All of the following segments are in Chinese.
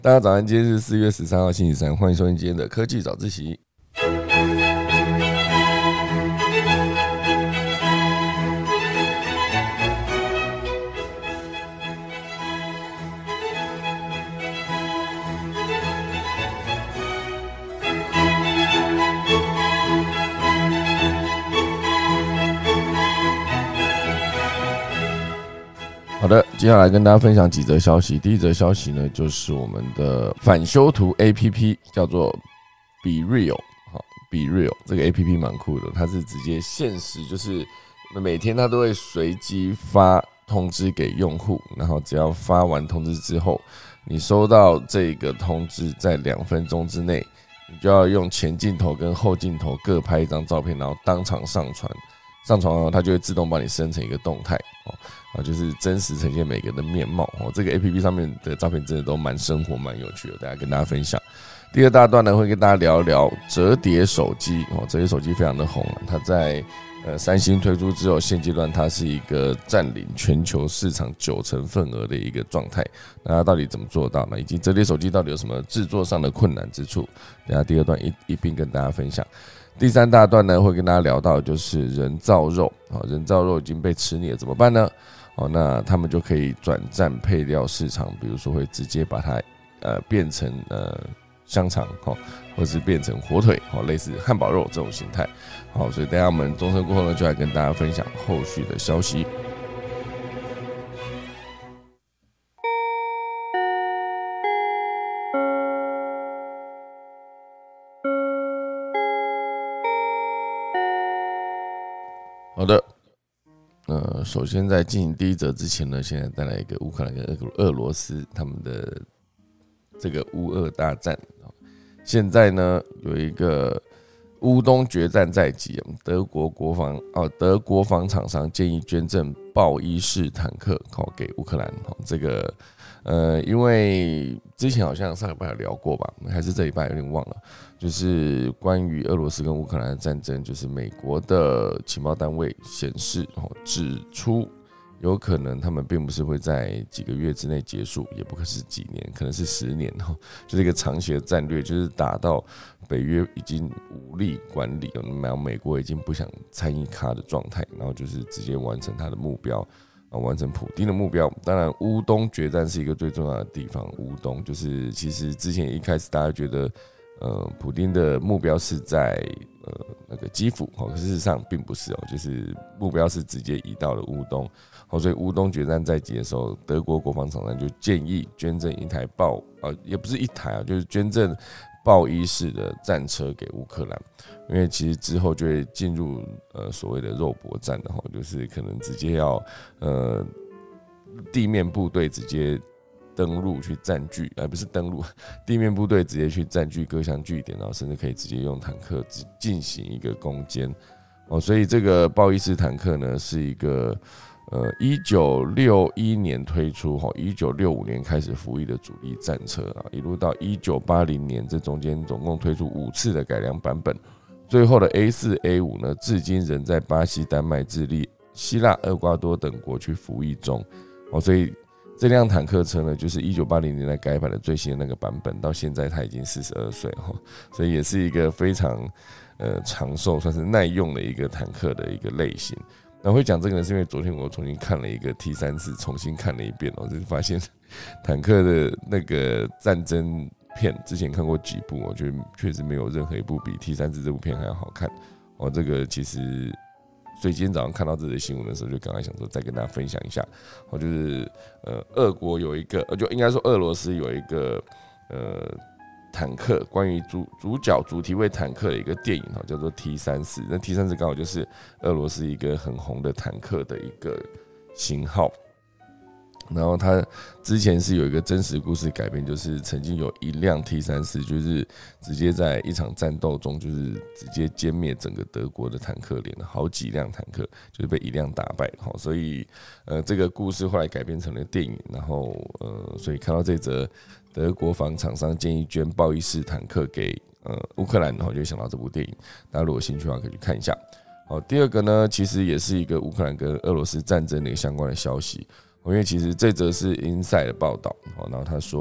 大家早安，今天是4月13号星期三，欢迎收听今天的科技早自习。好的，接下来跟大家分享几则消息。第一则消息呢，就是我们的反修图 APP 叫做 BeReal。BeReal 这个 APP 蛮酷的，它是直接限时，就是每天它都会随机发通知给用户，然后只要发完通知之后，你收到这个通知在2分钟之内，你就要用前镜头跟后镜头各拍一张照片，然后当场上传。上传后，它就会自动帮你生成一个动态，就是真实呈现每个人的面貌。这个 APP 上面的照片真的都蛮生活、蛮有趣的，大家跟大家分享。第二大段呢，会跟大家聊一聊折叠手机。折叠手机非常的红，它在三星推出之后，现阶段它是一个占领全球市场90%份额的一个状态。那它到底怎么做到呢？以及折叠手机到底有什么制作上的困难之处？等下第二段一并跟大家分享。第三大段呢，会跟大家聊到就是人造肉，人造肉已经被吃腻了怎么办呢？那他们就可以转战配料市场，比如说会直接把它变成香肠，或是变成火腿，类似汉堡肉这种形态。所以等一下我们钟声过后呢，就来跟大家分享后续的消息。好的，首先在进行第一则之前呢，现在带来一个乌克兰跟俄罗斯他们的这个乌俄大战。现在呢，有一个乌东决战在即，德国国防厂商建议捐赠豹伊式坦克给乌克兰。这个因为之前好像上礼拜有聊过吧，还是这礼拜有点忘了，就是关于俄罗斯跟乌克兰的战争，就是美国的情报单位显示，指出有可能他们并不是会在几个月之内结束，也不可能是几年，可能是10年，就是一个长期的战略，就是打到北约已经无力管理，然后美国已经不想参与卡的状态，然后就是直接完成他的目标。完成普丁的目标。当然，乌东决战是一个最重要的地方。乌东就是其实之前一开始大家觉得，普丁的目标是在那个基辅，可事实上并不是，就是目标是直接移到了乌东。所以乌东决战在即的时候，德国国防厂商就建议捐赠一台也不是一台就是捐赠豹伊式的战车给乌克兰，因为其实之后就会进入所谓的肉搏战，就是可能直接要地面部队直接登陆去占据，不是登陆，地面部队直接去占据各项据点，然后甚至可以直接用坦克进行一个攻坚。所以这个豹伊式坦克呢是一个1961年推出，1965年开始服役的主力战车，一路到1980年，这中间总共推出5次的改良版本。最后的 A4、A5 呢，至今仍在巴西、丹麦、智利、希腊、厄瓜多等国去服役中。所以这辆坦克车呢，就是1980年代改版的最新的那个版本，到现在它已经42岁，所以也是一个非常长寿、算是耐用的一个坦克的一个类型。那会讲这个呢，是因为昨天我重新看了一个 T34，重新看了一遍，就是发现坦克的那个战争片，之前看过几部，我觉得确实没有任何一部比 T34这部片还要好看。这个其实，所以今天早上看到这则新闻的时候，就赶快想说再跟大家分享一下。就是俄国有一个，就应该说俄罗斯有一个坦克，关于主题为坦克的一个电影，叫做 T34。那 T34刚好就是俄罗斯一个很红的坦克的一个型号。然后他之前是有一个真实故事改编，就是曾经有一辆 T34，就是直接在一场战斗中，就是直接歼灭整个德国的坦克连，好几辆坦克就是被一辆打败。所以这个故事后来改编成了电影。然后所以看到这则德国防厂商建议捐豹伊式坦克给乌克兰，然后就想到这部电影。大家如果有兴趣的话，可以去看一下。好，第二个呢，其实也是一个乌克兰跟俄罗斯战争的一个相关的消息。因为其实这则是 Inside 的报道，然后他说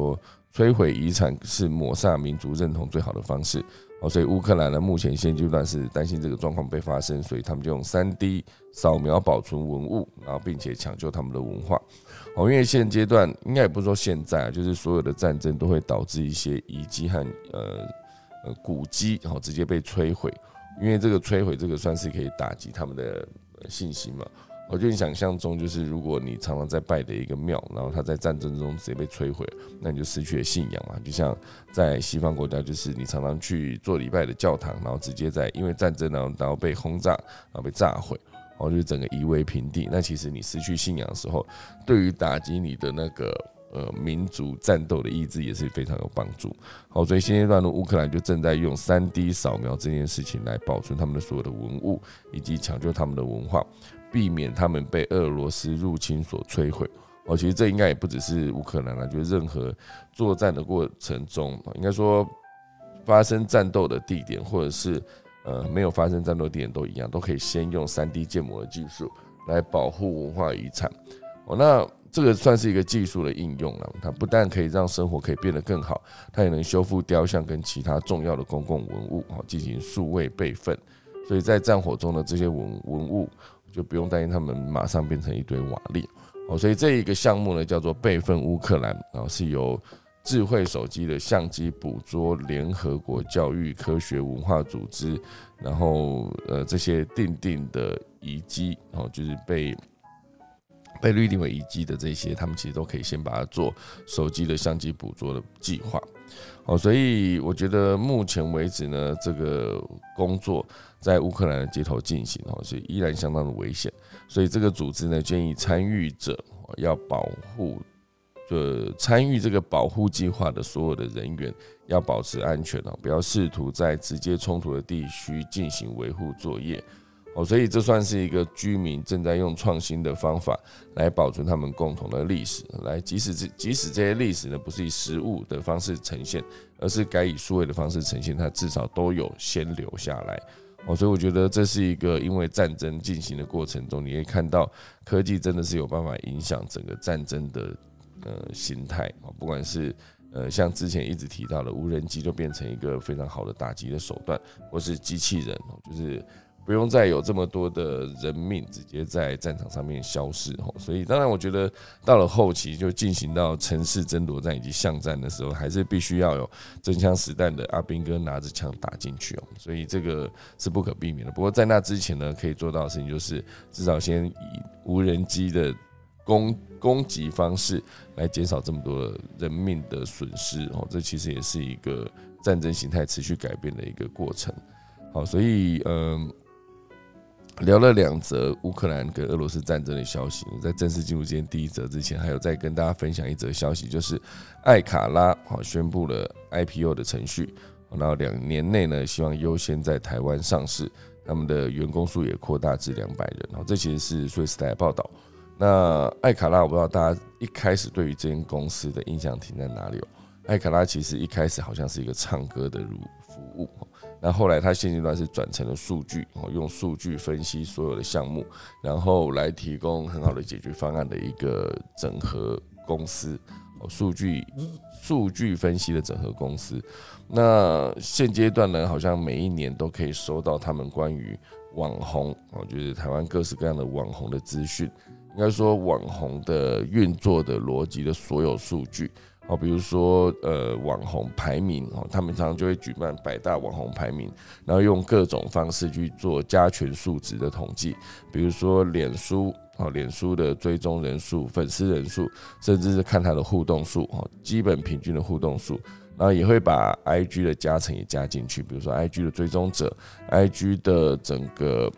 摧毁遗产是抹煞民族认同最好的方式。所以乌克兰呢，目前现阶段是担心这个状况被发生，所以他们就用3D 扫描保存文物，然后并且抢救他们的文化。因为现阶段应该也不是说现在，就是所有的战争都会导致一些遗迹和古迹直接被摧毁，因为这个摧毁这个算是可以打击他们的信心嘛。我觉得你想象中，就是如果你常常在拜的一个庙，然后它在战争中直接被摧毁，那你就失去了信仰嘛。就像在西方国家，就是你常常去做礼拜的教堂，然后直接因为战争然后被轰炸，然后被炸毁，然后就是整个夷为平地。那其实你失去信仰的时候，对于打击你的那个民族战斗的意志也是非常有帮助。好，所以现阶段的乌克兰就正在用3D 扫描这件事情来保存他们的所有的文物，以及抢救他们的文化，避免他们被俄罗斯入侵所摧毁。其实这应该也不只是乌克兰啦，就是任何作战的过程中，应该说发生战斗的地点，或者是没有发生战斗的地点都一样，都可以先用3D 建模的技术来保护文化遗产。那这个算是一个技术的应用了，它不但可以让生活可以变得更好，它也能修复雕像跟其他重要的公共文物，进行数位备份。所以在战火中的这些文物就不用担心他们马上变成一堆瓦砾。所以这一个项目呢叫做备份乌克兰，是由智慧手机的相机捕捉联合国教育科学文化组织，然后这些定的遗迹，就是被律定为遗迹的这些，他们其实都可以先把它做手机的相机捕捉的计划。所以我觉得目前为止呢，这个工作在乌克兰的街头进行，所以依然相当的危险。所以这个组织呢建议参与者要保护，参与这个保护计划的所有的人员要保持安全，不要试图在直接冲突的地区进行维护作业。所以这算是一个居民正在用创新的方法来保存他们共同的历史，即使这些历史呢不是以实物的方式呈现，而是改以数位的方式呈现，它至少都有先留下来。所以我觉得这是一个因为战争进行的过程中，你可以看到科技真的是有办法影响整个战争的形态，不管是像之前一直提到的无人机就变成一个非常好的打击的手段，或是机器人，就是不用再有这么多的人命直接在战场上面消失。所以当然我觉得到了后期就进行到城市争夺战以及巷战的时候，还是必须要有真枪实弹的阿兵哥拿着枪打进去，所以这个是不可避免的。不过在那之前呢，可以做到的事情就是至少先以无人机的攻击方式来减少这么多人命的损失，这其实也是一个战争形态持续改变的一个过程。好，所以聊了2则乌克兰跟俄罗斯战争的消息，在正式进入今天第1则之前，还有再跟大家分享1则消息，就是艾卡拉宣布了 IPO 的程序，然后2年内呢，希望优先在台湾上市，他们的员工数也扩大至200人。这其实是数位时代的报道。那艾卡拉，我不知道大家一开始对于这间公司的印象停在哪里。艾卡拉其实一开始好像是一个唱歌的服务，那后来它现阶段是转成了数据，用数据分析所有的项目，然后来提供很好的解决方案的一个整合公司，数据分析的整合公司。那现阶段呢，好像每一年都可以收到他们关于网红，就是台湾各式各样的网红的资讯，应该说网红的运作的逻辑的所有数据。比如说网红排名，他们常常就会举办100大网红排名，然后用各种方式去做加权数值的统计，比如说脸书的追踪人数、粉丝人数，甚至是看它的互动数，基本平均的互动数，然后也会把 IG 的加成也加进去，比如说 IG 的追踪者、IG 的整个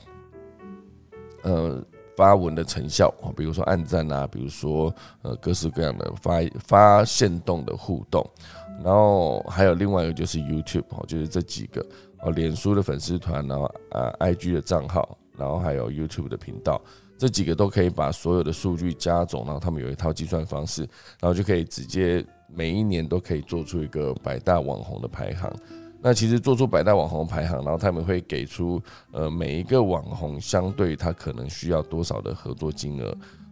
发文的成效，比如说按赞啊，比如说各式各样的发限动的互动，然后还有另外一个就是 YouTube， 就是这几个脸书的粉丝团，然后IG 的账号，然后还有 YouTube 的频道，这几个都可以把所有的数据加总，然后他们有一套计算方式，然后就可以直接每一年都可以做出一个100大网红的排行。那其实做出100大网红排行，然后他们会给出每一个网红相对他可能需要多少的合作金额。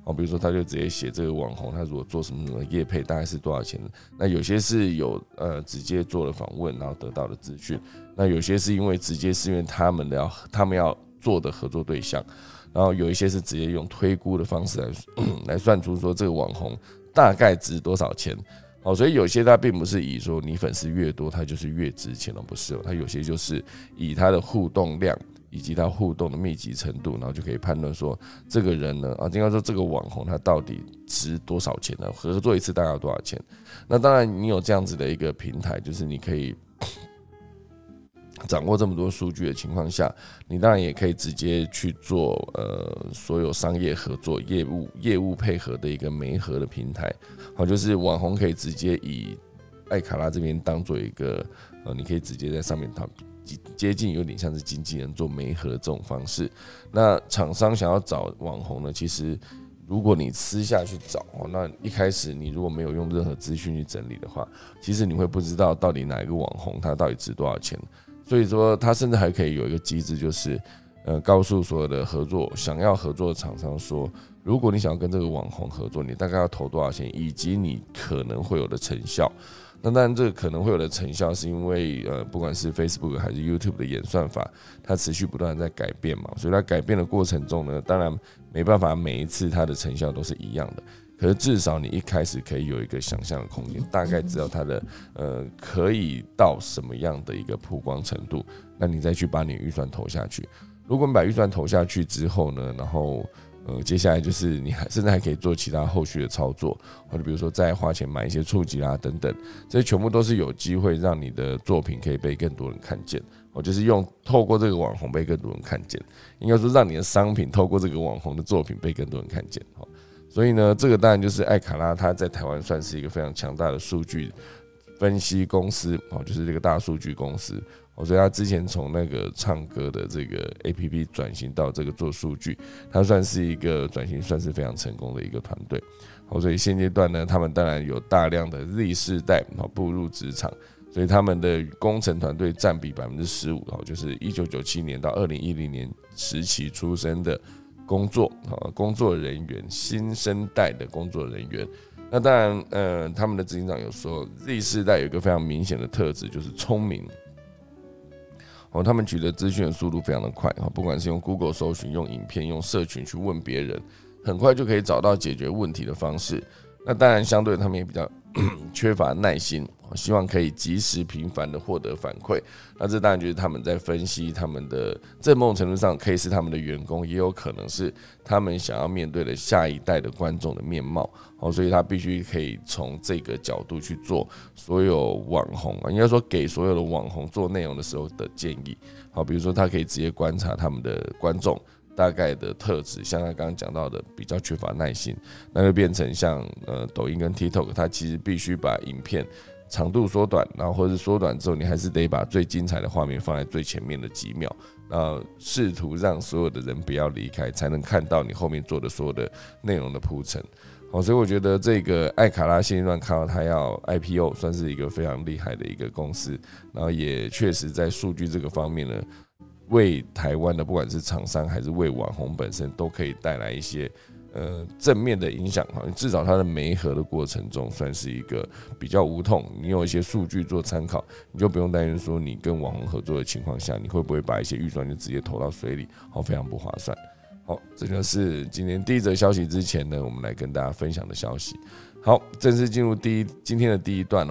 比如说他就直接写这个网红他如果做什么什么业配大概是多少钱，那有些是有直接做了访问然后得到的资讯，那有些是因为直接是因为他们要做的合作对象，然后有一些是直接用推估的方式来算出说这个网红大概值多少钱。所以有些它并不是以说你粉丝越多它就是越值钱，不是，它有些就是以它的互动量以及它互动的密集程度，然后就可以判断说这个人呢应该说这个网红他到底值多少钱呢？合作一次大概要多少钱？那当然你有这样子的一个平台，就是你可以掌握这么多数据的情况下，你当然也可以直接去做所有商业合作业务配合的一个媒合的平台，就是网红可以直接以艾卡拉这边当做一个你可以直接在上面接近有点像是经纪人做媒合的这种方式。那厂商想要找网红呢，其实如果你私下去找，那一开始你如果没有用任何资讯去整理的话，其实你会不知道到底哪一个网红他到底值多少钱。所以说他甚至还可以有一个机制，就是告诉所有的想要合作的厂商说，如果你想要跟这个网红合作，你大概要投多少钱，以及你可能会有的成效。那当然这个可能会有的成效是因为不管是 Facebook 还是 YouTube 的演算法，它持续不断的在改变嘛，所以它改变的过程中呢，当然没办法每一次它的成效都是一样的，可是至少你一开始可以有一个想象的空间，大概知道它的可以到什么样的一个曝光程度，那你再去把你预算投下去。如果你把预算投下去之后呢，然后接下来就是你甚至还可以做其他后续的操作，或者比如说再花钱买一些触及等等，这些全部都是有机会让你的作品可以被更多人看见，就是透过这个网红被更多人看见，应该说让你的商品透过这个网红的作品被更多人看见。所以呢，这个当然就是艾卡拉，它在台湾算是一个非常强大的数据分析公司，就是这个大数据公司。所以他之前从那个唱歌的这个 APP 转型到这个做数据，他算是一个转型算是非常成功的一个团队。所以现阶段呢，他们当然有大量的 Z 世代步入职场，所以他们的工程团队占比 15%， 就是1997年到2010年时期出生的工作人员，新生代的工作人员。那当然他们的执行长有说 Z 世代有一个非常明显的特质，就是聪明。他们取得资讯的速度非常的快，不管是用 Google 搜寻、用影片、用社群去问别人，很快就可以找到解决问题的方式。那当然相对他们也比较缺乏耐心，希望可以及时频繁的获得反馈。那这当然就是他们在分析他们的，在某种程度上可以是他们的员工，也有可能是他们想要面对的下一代的观众的面貌。所以他必须可以从这个角度去做所有网红，应该说给所有的网红做内容的时候的建议。比如说他可以直接观察他们的观众大概的特质，像他刚刚讲到的比较缺乏耐心，那就变成像抖音跟 TikTok， 它其实必须把影片长度缩短，然后或者缩短之后，你还是得把最精彩的画面放在最前面的几秒，然后试图让所有的人不要离开，才能看到你后面做的所有的内容的铺陈。所以我觉得这个艾卡拉现阶段看到它要 IPO， 算是一个非常厉害的一个公司，然后也确实在数据这个方面呢，为台湾的不管是厂商还是为网红本身都可以带来一些正面的影响，至少它的媒合的过程中算是一个比较无痛，你有一些数据做参考，你就不用担心说你跟网红合作的情况下，你会不会把一些预算就直接投到水里，非常不划算。好，这就是今天第一则消息之前呢，我们来跟大家分享的消息。好，正式进入今天的第一段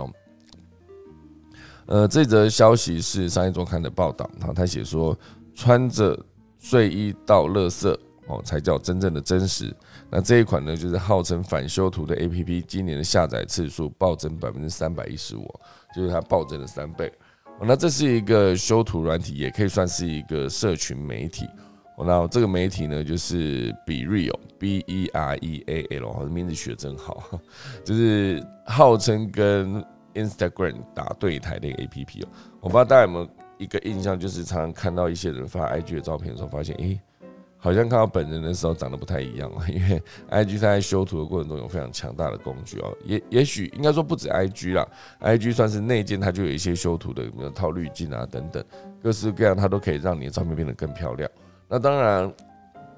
这则消息是商业周刊的报道，他写说穿着睡衣倒垃圾才叫真正的真实。那这一款呢，就是号称反修图的 APP， 今年的下载次数暴增 315%， 就是它暴增了3倍。那这是一个修图软体，也可以算是一个社群媒体。那这个媒体呢，就是 BeReal BEREAL， 名字取得真好，就是号称跟 Instagram 打对台的一个 APP。我不知道大家有没有一个印象，就是常常看到一些人发 IG 的照片的时候，发现好像看到本人的时候长得不太一样，因为 IG 它在修图的过程中有非常强大的工具也许应该说不止 IG 啦 ，IG 算是内建，它就有一些修图的套滤镜等等，各式各样，它都可以让你的照片变得更漂亮。那当然，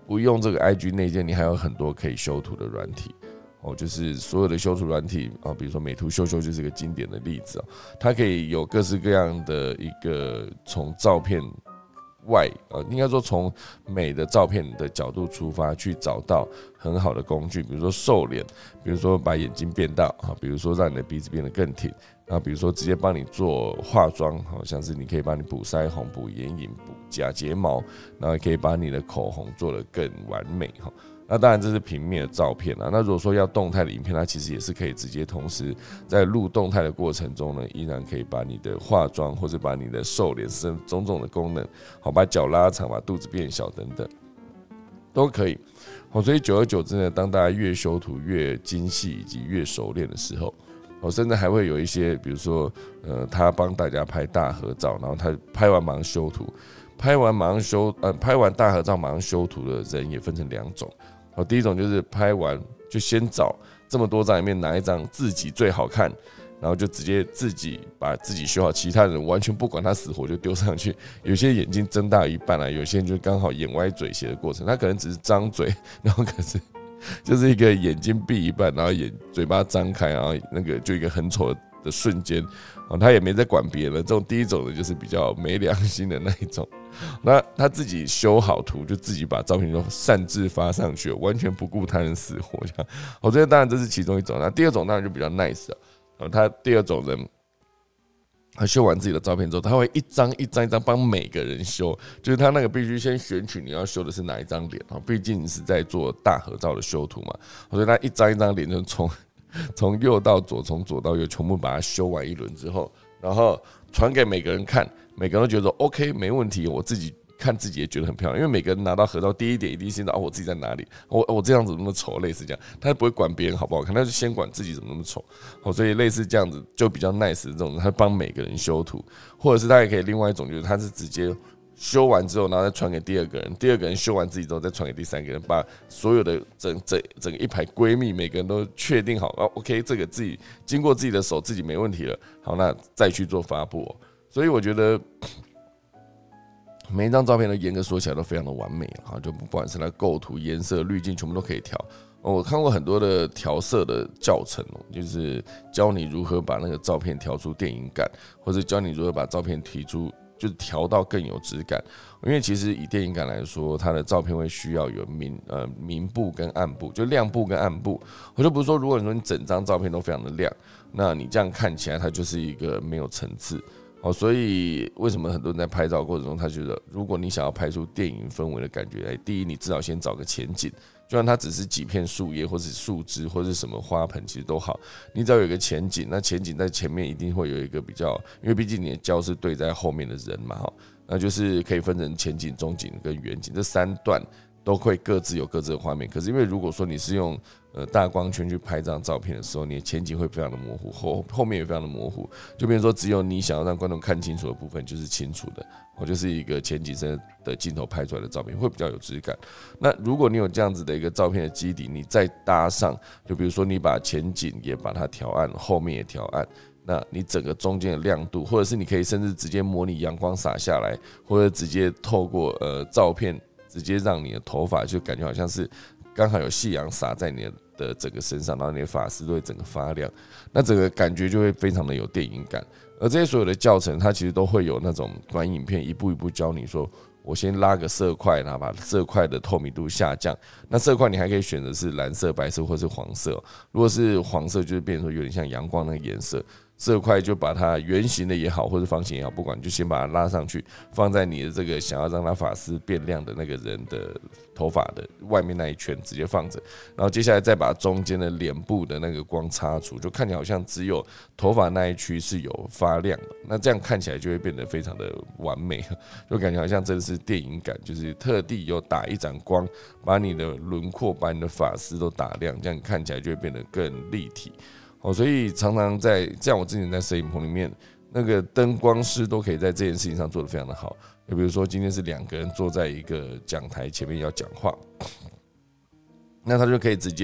不用这个 IG 内建，你还有很多可以修图的软体。就是所有的修图软体啊，比如说美图秀秀就是一个经典的例子，它可以有各式各样的一个从照片外，应该说从美的照片的角度出发，去找到很好的工具，比如说瘦脸，比如说把眼睛变大，比如说让你的鼻子变得更挺，然后比如说直接帮你做化妆，像是你可以帮你补腮红、补眼影、补假睫毛，然后也可以把你的口红做得更完美。那当然这是平面的照片啦，那如果说要动态的影片，它其实也是可以直接同时在录动态的过程中呢，依然可以把你的化妆或者把你的瘦脸种种的功能，把脚拉长，把肚子变小等等，都可以。所以久而久之呢，当大家越修图越精细以及越熟练的时候，甚至还会有一些，比如说他帮大家拍大合照，然后他拍完马上修图，拍完大合照马上修图的人也分成2种。第一种就是拍完就先找这么多张里面哪一张自己最好看，然后就直接自己把自己修好，其他人完全不管他死活就丢上去。有些眼睛睁大一半有些人就刚好眼歪嘴斜的过程，他可能只是张嘴，然后可是就是一个眼睛闭一半，然后嘴巴张开，然后那个就一个很丑的瞬间，他也没在管别人。这种第一种的就是比较没良心的那一种。那他自己修好图，就自己把照片都擅自发上去，完全不顾他人死活这样。我觉得当然这是其中一种。那第二种当然就比较 nice 他第二种人，他修完自己的照片之后，他会一张一张帮每个人修，就是他那个必须先选取你要修的是哪一张脸，毕竟你是在做大合照的修图嘛，所以他一张一张脸就从右到左，从左到右，全部把它修完一轮之后，然后传给每个人看，每个人都觉得说 OK 没问题，我自己看自己也觉得很漂亮，因为每个人拿到合照第一点一定先知道我自己在哪里，我这样子怎么那么丑，类似这样，他不会管别人好不好看，他就先管自己怎么那么丑，所以类似这样子就比较 nice 的这种，他帮每个人修图，或者是他也可以另外一种，就是他是直接修完之后，然后再传给第二个人，第二个人修完自己之后再传给第三个人，把所有的整个一排闺蜜每个人都确定好，OK， 这个自己经过自己的手，自己没问题了，好，那再去做发布。所以我觉得每一张照片的严格说起来都非常的完美，就不管是它构图、颜色、滤镜，全部都可以调。我看过很多的调色的教程，就是教你如何把那个照片调出电影感，或者教你如何把照片就是调到更有质感。因为其实以电影感来说，它的照片会需要有明部跟暗部，就亮部跟暗部。我就不是说，如果你说你整张照片都非常的亮，那你这样看起来它就是一个没有层次。所以为什么很多人在拍照过程中，他觉得如果你想要拍出电影氛围的感觉，第一你至少先找个前景，就算它只是几片树叶或是树枝或是什么花盆，其实都好，你只要有一个前景，那前景在前面一定会有一个比较，因为毕竟你的焦是对在后面的人嘛，那就是可以分成前景、中景跟远景这3段。都会各自有各自的画面，可是因为如果说你是用大光圈去拍这张照片的时候，你的前景会非常的模糊，后面也非常的模糊，就变成说只有你想要让观众看清楚的部分就是清楚的，就是一个前景深的镜头拍出来的照片会比较有质感。那如果你有这样子的一个照片的基底，你再搭上，就比如说你把前景也把它调暗，后面也调暗。那你整个中间的亮度，或者是你可以甚至直接模拟阳光洒下来，或者直接透过照片直接让你的头发就感觉好像是刚好有夕阳洒在你的整个身上，然后你的发丝都会整个发亮，那整个感觉就会非常的有电影感。而这些所有的教程，它其实都会有那种短影片，一步一步教你说，我先拉个色块，然后把色块的透明度下降。那色块你还可以选择是蓝色、白色或是黄色。如果是黄色，就是变成说有点像阳光那个颜色。色块就把它圆形的也好，或者方形也好，不管，就先把它拉上去，放在你的这个想要让它发丝变亮的那个人的头发的外面那一圈直接放着，然后接下来再把中间的脸部的那个光擦除，就看起来好像只有头发那一区是有发亮的，那这样看起来就会变得非常的完美，就感觉好像真的是电影感，就是特地有打一盏光，把你的轮廓、把你的发丝都打亮，这样看起来就会变得更立体。所以常常像我之前在摄影棚里面，那个灯光师都可以在这件事情上做得非常的好。就比如说今天是2个人坐在一个讲台前面要讲话，那他就可以直接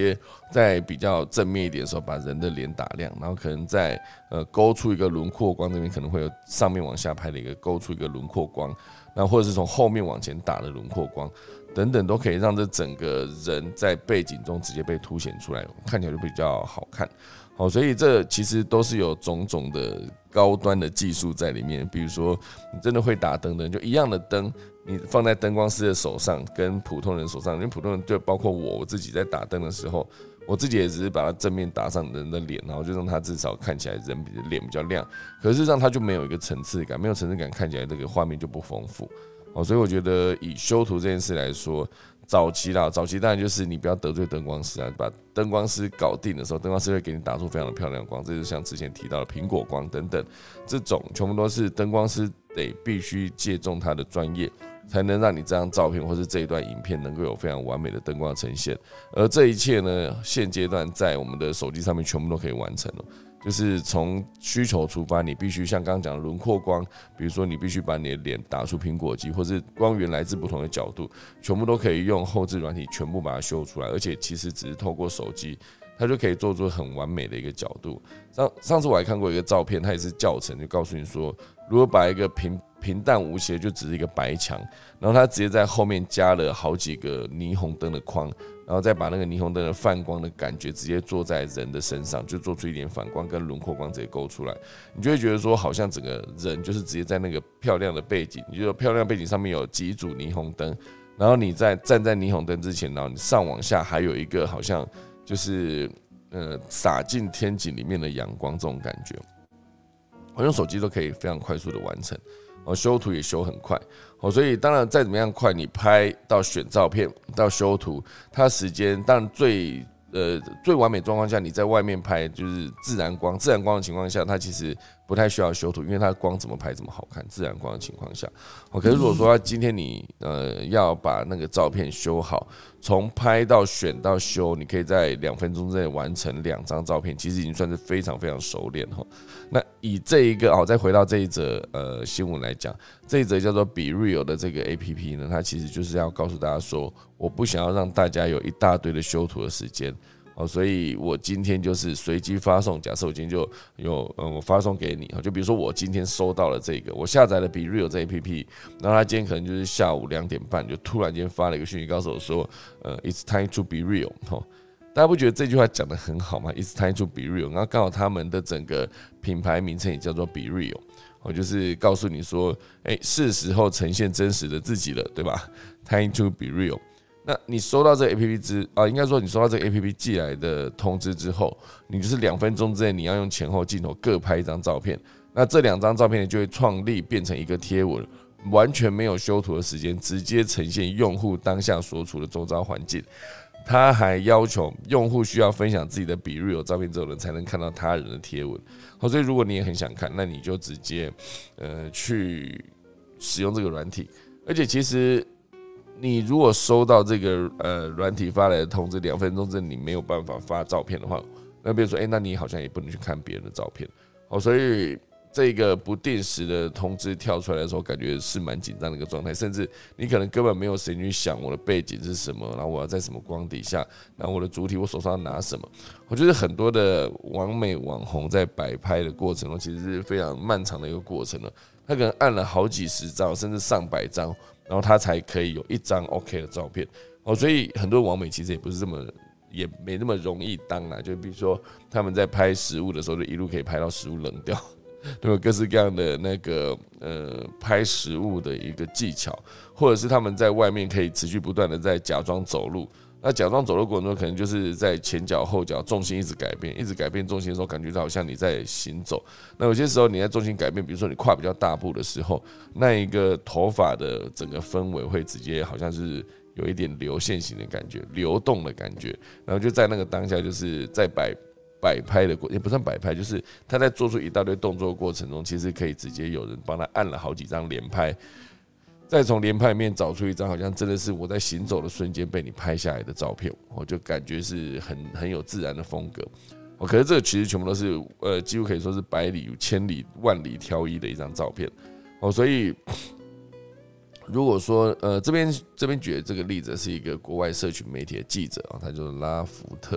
在比较正面一点的时候，把人的脸打亮，然后可能在勾出一个轮廓光，这边可能会有上面往下拍的一个勾出一个轮廓光，那或者是从后面往前打的轮廓光等等，都可以让这整个人在背景中直接被凸显出来，看起来就比较好看。好，所以这其实都是有种种的高端的技术在里面。比如说，你真的会打灯的人，就一样的灯，你放在灯光师的手上，跟普通人手上，因为普通人就包括我自己在打灯的时候，我自己也只是把它正面打上人的脸，然后就让它至少看起来脸比较亮。可是让它就没有一个层次感，没有层次感，看起来这个画面就不丰富。所以我觉得以修图这件事来说，早期当然就是你不要得罪灯光师啊，把灯光师搞定的时候，灯光师会给你打出非常的漂亮的光，这就像之前提到的苹果光等等，这种全部都是灯光师必须借重他的专业，才能让你这张照片或是这一段影片能够有非常完美的灯光呈现。而这一切呢，现阶段在我们的手机上面全部都可以完成了。就是从需求出发，你必须像刚刚讲的轮廓光，比如说你必须把你的脸打出苹果肌，或是光源来自不同的角度，全部都可以用后置软体全部把它修出来，而且其实只是透过手机，它就可以做出很完美的一个角度。上次我还看过一个照片，它也是教程，就告诉你说，如果把一个平淡无奇的就只是一个白墙，然后它直接在后面加了好几个霓虹灯的框，然后再把那个霓虹灯的泛光的感觉直接做在人的身上，就做出一点反光跟轮廓光直接勾出来，你就会觉得说好像整个人就是直接在那个漂亮的背景，你就漂亮背景上面有几组霓虹灯，然后你在站在霓虹灯之前，然后你上往下还有一个好像就是洒进天井里面的阳光这种感觉，我用手机都可以非常快速的完成。修图也修很快，所以当然再怎么样快，你拍到选照片到修图，它时间当然最完美状况下，你在外面拍就是自然光的情况下，它其实不太需要修图，因为它的光怎么拍怎么好看，自然光的情况下。可是如果说今天你要把那个照片修好，从拍到选到修，你可以在2分钟之内完成2张照片，其实已经算是非常非常熟练哈。那以这一个再回到这一则新闻来讲，这一则叫做 BeReal 的这个 APP 呢，它其实就是要告诉大家说，我不想要让大家有一大堆的修图的时间。所以我今天就是随机发送。假设我今天就有我发送给你，就比如说我今天收到了这个，我下载了 BeReal 这 APP， 然后他今天可能就是下午2点半就突然间发了一个讯息告诉我说，It's time to be real。大家不觉得这句话讲得很好吗 ？It's time to be real。然后刚好他们的整个品牌名称也叫做 BeReal，就是告诉你说，是时候呈现真实的自己了，对吧 ？Time to be real。那你收到这个 APP 应该说你收到这个 APP 寄来的通知之后，你就是2分钟之内你要用前后镜头各拍一张照片，那这2张照片就会创立变成一个贴文，完全没有修图的时间，直接呈现用户当下所处的周遭环境。他还要求用户需要分享自己的BeReal照片之后，才能看到他人的贴文。所以如果你也很想看，那你就直接去使用这个软体，而且其实。你如果收到这个软体发来的通知，2分钟之内你没有办法发照片的话，那比如说那你好像也不能去看别人的照片。所以这个不定时的通知跳出来的时候，感觉是蛮紧张的一个状态，甚至你可能根本没有时间去想我的背景是什么，然后我要在什么光底下，然后我的主体我手上要拿什么。我觉得很多的网美网红在摆拍的过程中，其实是非常漫长的一个过程了。他可能按了好几十张，甚至上百张。然后他才可以有一张 OK 的照片，所以很多网美其实也不是也没那么容易当啦。就比如说他们在拍食物的时候，就一路可以拍到食物冷掉，对吧？各式各样的那个拍食物的一个技巧，或者是他们在外面可以持续不断的在假装走路。那假装走路过程中，可能就是在前脚后脚重心一直改变重心的时候，感觉到好像你在行走。那有些时候你在重心改变，比如说你跨比较大步的时候，那一个头发的整个氛围会直接好像是有一点流线型的感觉，流动的感觉。然后就在那个当下，就是在摆拍的也不算摆拍，就是他在做出一大堆动作的过程中，其实可以直接有人帮他按了好几张连拍。再从连拍里面找出一张好像真的是我在行走的瞬间被你拍下来的照片，我就感觉是很有自然的风格。可是这个其实全部都是几乎可以说是百里千里万里挑一的一张照片。所以如果说这边举的这个例子是一个国外社群媒体的记者，他就是拉福特，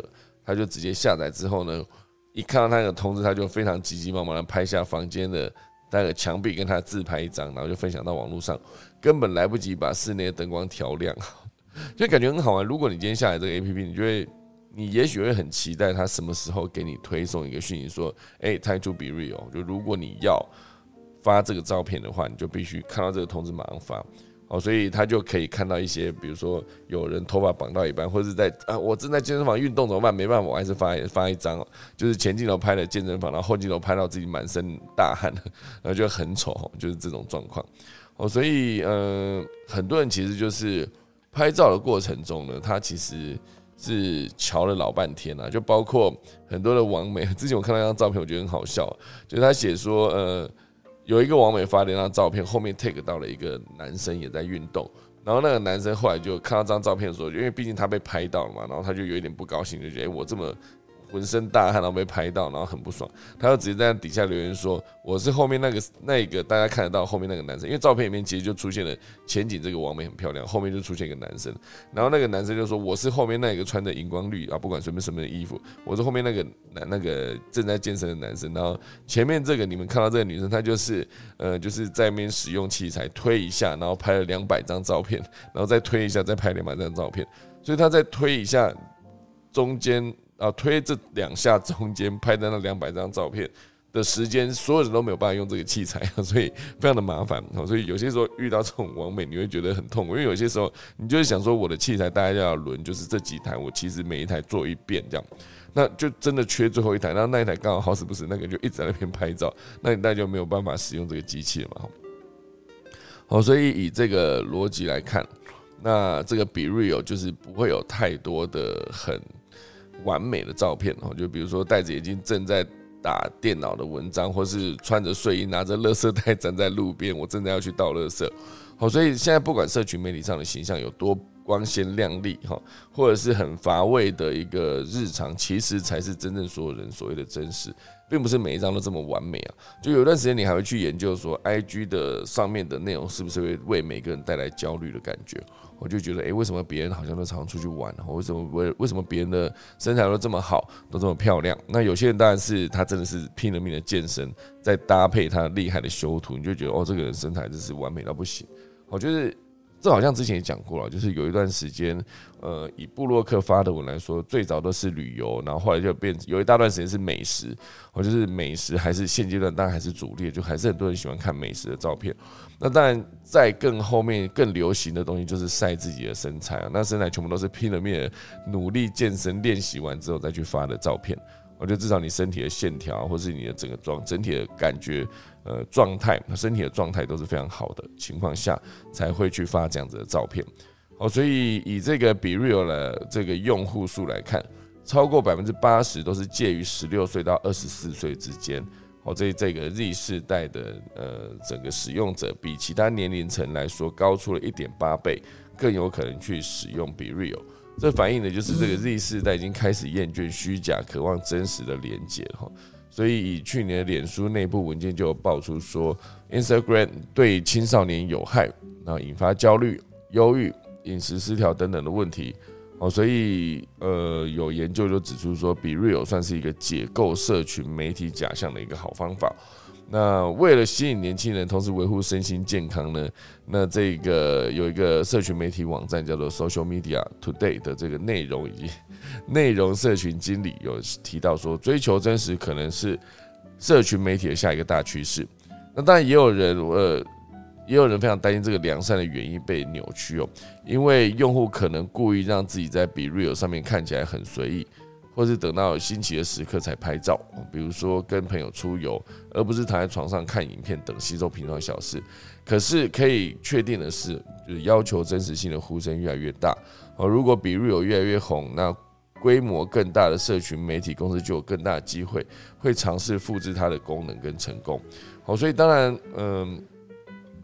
他就直接下载之后呢，一看到那个通知，他就非常急急忙忙的拍下房间的那个墙壁跟他自拍一张，然后就分享到网络上，根本来不及把室内的灯光调亮，就感觉很好玩。如果你今天下载这个 APP，你也许会很期待他什么时候给你推送一个讯息说，time to be real， 就如果你要发这个照片的话，你就必须看到这个通知马上发。所以他就可以看到一些，比如说有人头发绑到一半，或者是我正在健身房运动怎么办？没办法，我还是发一张，就是前镜头拍的健身房，然后后镜头拍到自己满身大汗，然后就很丑，就是这种状况。所以很多人其实就是拍照的过程中呢，他其实是瞧了老半天啊，就包括很多的网美。之前我看到一张照片，我觉得很好笑，就是他写说有一个网美发的一张照片，后面 take 到了一个男生也在运动，然后那个男生后来就看到这张照片的时候，因为毕竟他被拍到了嘛，然后他就有一点不高兴，就觉得我这么浑身大汗，然后被拍到，然后很不爽，他就直接在底下留言说：“我是后面那个大家看得到后面那个男生，因为照片里面其实就出现了前景这个网美很漂亮，后面就出现一个男生，然后那个男生就说我是后面那个穿着荧光绿啊，不管随便什么的衣服，我是后面那个正在健身的男生，然后前面这个你们看到这个女生，她就是在那边使用器材推一下，然后拍了200张照片，然后再推一下，再拍200张照片，所以她再推一下中间。”推这2下中间拍的那200张照片的时间，所有人都没有办法用这个器材，所以非常的麻烦。所以有些时候遇到这种网美，你会觉得很痛苦，因为有些时候你就是想说，我的器材大概要轮，就是这几台，我其实每一台做一遍这样，那就真的缺最后一台，然后那一台刚好好死不死，那个就一直在那边拍照，那你大概就没有办法使用这个机器了嘛。所以以这个逻辑来看，那这个 Be Real 就是不会有太多的很完美的照片，就比如说戴着眼镜正在打电脑的文章，或是穿着睡衣拿着垃圾袋站在路边，我正在要去倒垃圾。所以现在不管社群媒体上的形象有多光鲜亮丽，或者是很乏味的一个日常，其实才是真正所有人所谓的真实，并不是每一张都这么完美啊。就有段时间你还会去研究说 IG 的上面的内容是不是会为每个人带来焦虑的感觉。我就觉得，为什么别人好像都常出去玩？为什么别人的身材都这么好，都这么漂亮？那有些人当然是他真的是拼了命的健身，再搭配他厉害的修图，你就觉得这个人身材真是完美到不行。就是这好像之前也讲过了，就是有一段时间，以部落客发的文来说，最早都是旅游，然后后来就有一大段时间是美食，就是美食还是现阶段当然还是主力，就还是很多人喜欢看美食的照片。那当然，在更后面更流行的东西就是晒自己的身材啊，那身材全部都是拼了命的努力健身练习完之后再去发的照片。我觉得至少你身体的线条，或是你的整体的感觉，状态，身体的状态都是非常好的情况下，才会去发这样子的照片。所以以这个 Be Real 的这个用户数来看，超过80%都是介于16岁到24岁之间。这个 Z 世代的整个使用者比其他年龄层来说高出了 1.8 倍，更有可能去使用 Be Real。这反映的就是这个 Z 世代已经开始厌倦虚假，渴望真实的连结。所以以去年的脸书内部文件就有爆出说 ，Instagram 对青少年有害，然后引发焦虑、忧郁、饮食失调等等的问题。所以有研究就指出说 ，Be Real 算是一个解构社群媒体假象的一个好方法。那为了吸引年轻人，同时维护身心健康呢，那这个有一个社群媒体网站叫做 Social Media Today 的这个内容以及内容社群经理有提到说，追求真实可能是社群媒体的下一个大趋势。那当然也有人非常担心这个良善的原因被扭曲因为用户可能故意让自己在 Be Real 上面看起来很随意，或是等到新奇的时刻才拍照，比如说跟朋友出游，而不是躺在床上看影片等稀松平常的小事。可是可以确定的是，就是要求真实性的呼声越来越大。如果Be Real越来越红，那规模更大的社群媒体公司就有更大的机会会尝试复制它的功能跟成功。所以当然，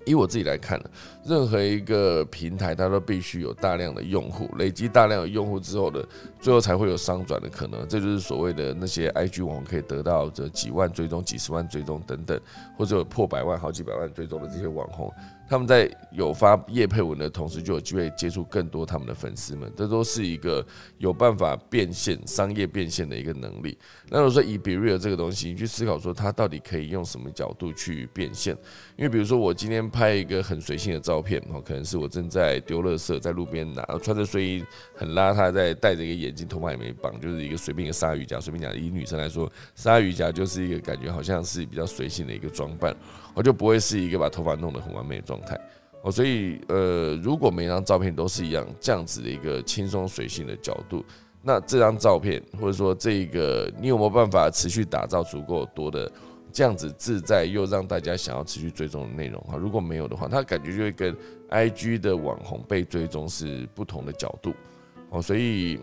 以我自己来看，任何一个平台它都必须有大量的用户，累积大量的用户之后的，最后才会有商转的可能。这就是所谓的那些 IG 网红可以得到这几万追踪、几十万追踪等等，或者有破百万、好几百万追踪的这些网红，他们在有发业配文的同时，就有机会接触更多他们的粉丝们。这都是一个有办法变现、商业变现的一个能力。那如果说以 BeReal 这个东西，你去思考说它到底可以用什么角度去变现？因为比如说我今天拍一个很随性的照片，可能是我正在丢垃圾，在路边穿着睡衣很邋遢，在戴着一个眼镜，头发也没绑，就是一个随便一个鲨鱼夹。随便讲，以女生来说，鲨鱼夹就是一个感觉好像是比较随性的一个装扮，我就不会是一个把头发弄得很完美的状态。所以如果每张照片都是一样这样子的一个轻松随性的角度，那这张照片或者说这个你有没有办法持续打造足够多的这样子自在又让大家想要持续追踪的内容？如果没有的话，它感觉就会跟 IG 的网红被追踪是不同的角度。所以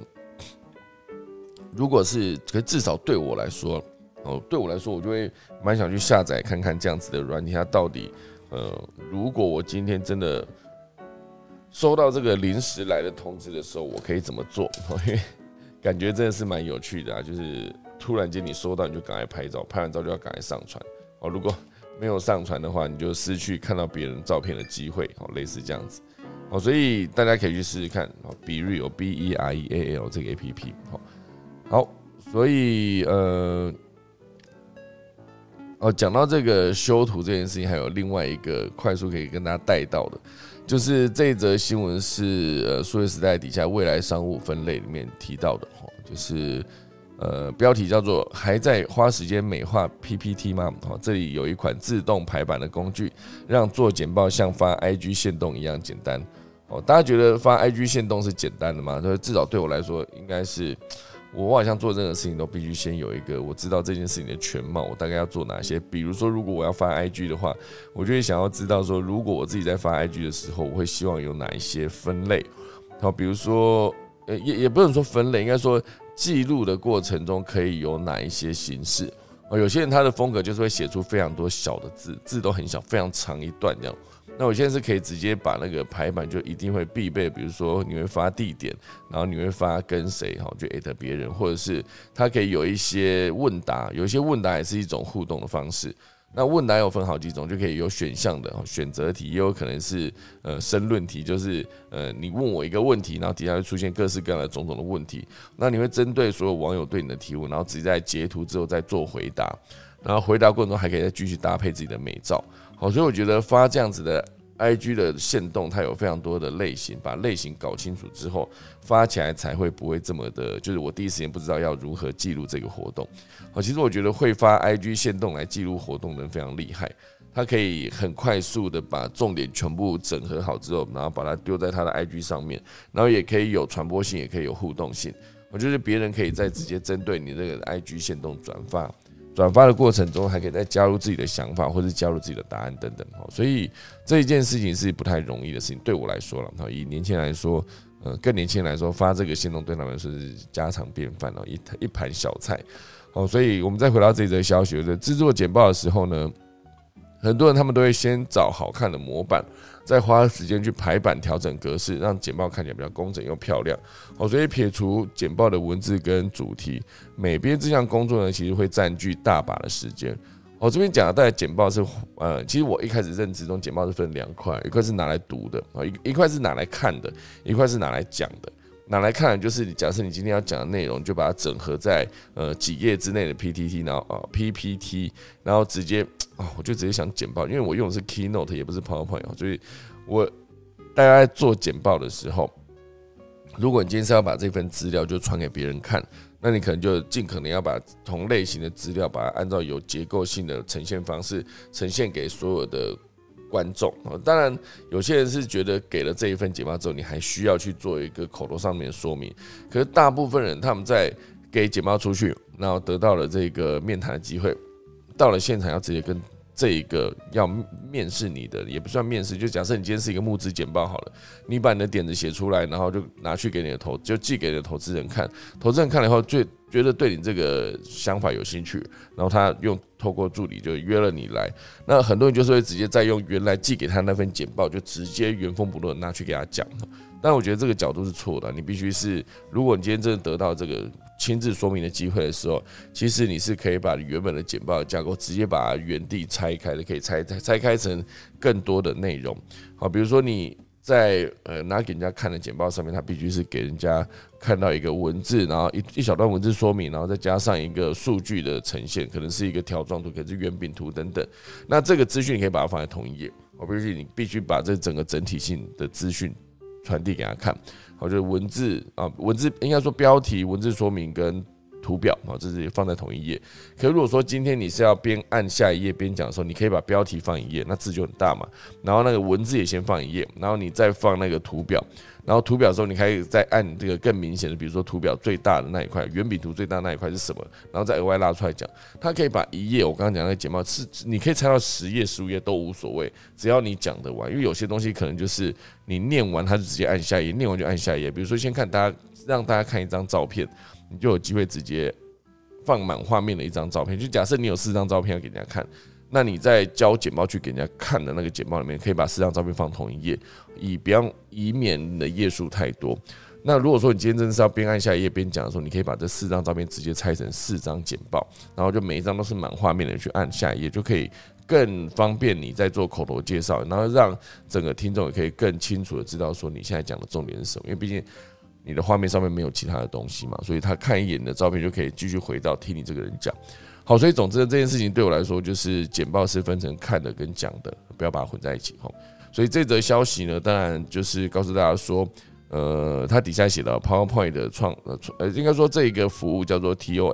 如果是可至少对我来说，我就会蛮想去下载看看这样子的软体，它到底如果我今天真的收到这个临时来的通知的时候，我可以怎么做？因为感觉真的是蛮有趣的啊，就是突然间你收到，你就赶快拍照，拍完照就要赶快上传。如果没有上传的话，你就失去看到别人照片的机会，类似这样子。所以大家可以去试试看 ，BeReal BEREAL 这个 APP。好，所以讲到这个修图这件事情，还有另外一个快速可以跟大家带到的，就是这一则新闻是数位时代底下未来商务分类里面提到的，就是标题叫做还在花时间美化 PPT 吗？这里有一款自动排版的工具，让做简报像发 IG 限动一样简单。大家觉得发 IG 限动是简单的吗？至少对我来说，应该是。我好像做任何事情都必须先有一个我知道这件事情的全貌，我大概要做哪些。比如说，如果我要发 IG 的话，我就会想要知道说，如果我自己在发 IG 的时候，我会希望有哪一些分类。好，比如说，也不能说分类，应该说记录的过程中可以有哪一些形式。有些人他的风格就是会写出非常多小的字，字都很小，非常长一段这样。那我现在是可以直接把那个排版就一定会必备，比如说你会发地点，然后你会发跟谁，就 at 别人，或者是它可以有一些问答，有一些问答也是一种互动的方式。那问答有分好几种，就可以有选项的选择题，也有可能是申论题，就是你问我一个问题，然后底下会出现各式各样的种种的问题，那你会针对所有网友对你的提问，然后直接在截图之后再做回答，然后回答过程中还可以再继续搭配自己的美照。好，所以我觉得发这样子的 IG 的限动，它有非常多的类型，把类型搞清楚之后，发起来才会不会这么的，就是我第一时间不知道要如何记录这个活动。好，其实我觉得会发 IG 限动来记录活动的人非常厉害，他可以很快速的把重点全部整合好之后，然后把它丢在他的 IG 上面，然后也可以有传播性，也可以有互动性。我觉得别人可以再直接针对你这个 IG 限动转发的过程中，还可以再加入自己的想法，或是加入自己的答案等等。所以这一件事情是不太容易的事情，对我来说了。以年轻人来说，更年轻人来说，发这个限动对他们说是家常便饭，一盘小菜。所以我们再回到这则消息，制作简报的时候呢，很多人他们都会先找好看的模板，再花时间去排版调整格式，让简报看起来比较工整又漂亮。所以撇除简报的文字跟主题，美编这项工作呢，其实会占据大把的时间。这边讲的大概简报是，其实我一开始认知中简报是分两块，一块是拿来读的，一块是拿来看的，一块是拿来讲的。拿来看就是假设你今天要讲的内容，就把它整合在几页之内的 PPT， 然后PPT， 然后直接我就直接想简报，因为我用的是 Keynote 也不是 PowerPoint， 所以我大家在做简报的时候，如果你今天是要把这份资料就传给别人看，那你可能就尽可能要把同类型的资料，把它按照有结构性的呈现方式呈现给所有的观众。当然有些人是觉得给了这一份简报之后，你还需要去做一个口头上面的说明，可是大部分人他们在给简报出去，然后得到了这个面谈的机会，到了现场要直接跟这一个要面试你的，也不算面试，就假设你今天是一个募资简报好了，你把你的点子写出来，然后就拿去给你的就寄给你的投资人看，投资人看了以后， 觉得对你这个想法有兴趣，然后他透过助理就约了你来。那很多人就是会直接再用原来寄给他那份简报，就直接原封不动拿去给他讲。但我觉得这个角度是错的，你必须是，如果你今天真的得到这个亲自说明的机会的时候，其实你是可以把你原本的简报的架构直接把它原地拆开的，可以拆开成更多的内容。好，比如说你在拿给人家看的简报上面，它必须是给人家看到一个文字，然后一小段文字说明，然后再加上一个数据的呈现，可能是一个条状图，可能是圆饼图等等。那这个资讯你可以把它放在同一页，你必须把这整个整体性的资讯传递给他看。好，就是文字应该说标题、文字说明跟图表，这是放在同一页。可如果说今天你是要边按下一页边讲的时候，你可以把标题放一页，那字就很大嘛。然后那个文字也先放一页，然后你再放那个图表。然后图表的时候，你可以再按这个更明显的，比如说图表最大的那一块，圆饼图最大的那一块是什么，然后再额外拉出来讲。它可以把一页，我刚刚讲的简报是，你可以拆到10页、15页都无所谓，只要你讲得完。因为有些东西可能就是你念完，它就直接按下一页，念完就按下一页。比如说先让大家看一张照片，你就有机会直接放满画面的一张照片。就假设你有4张照片要给人家看，那你在交简报去给人家看的那个简报里面，可以把4张照片放同一页，以免你的页数太多。那如果说你今天真的是要边按下一页边讲的时候，你可以把这4张照片直接拆成4张简报，然后就每一张都是满画面的去按下一页，就可以更方便你在做口头介绍，然后让整个听众也可以更清楚的知道说你现在讲的重点是什么。因为毕竟你的画面上面没有其他的东西嘛，所以他看一眼你的照片就可以继续回到听你这个人讲。好，所以总之这件事情对我来说，就是简报是分成看的跟讲的，不要把它混在一起。所以这则消息呢，当然就是告诉大家说，他底下写了 PowerPoint 的应该说这一个服务叫做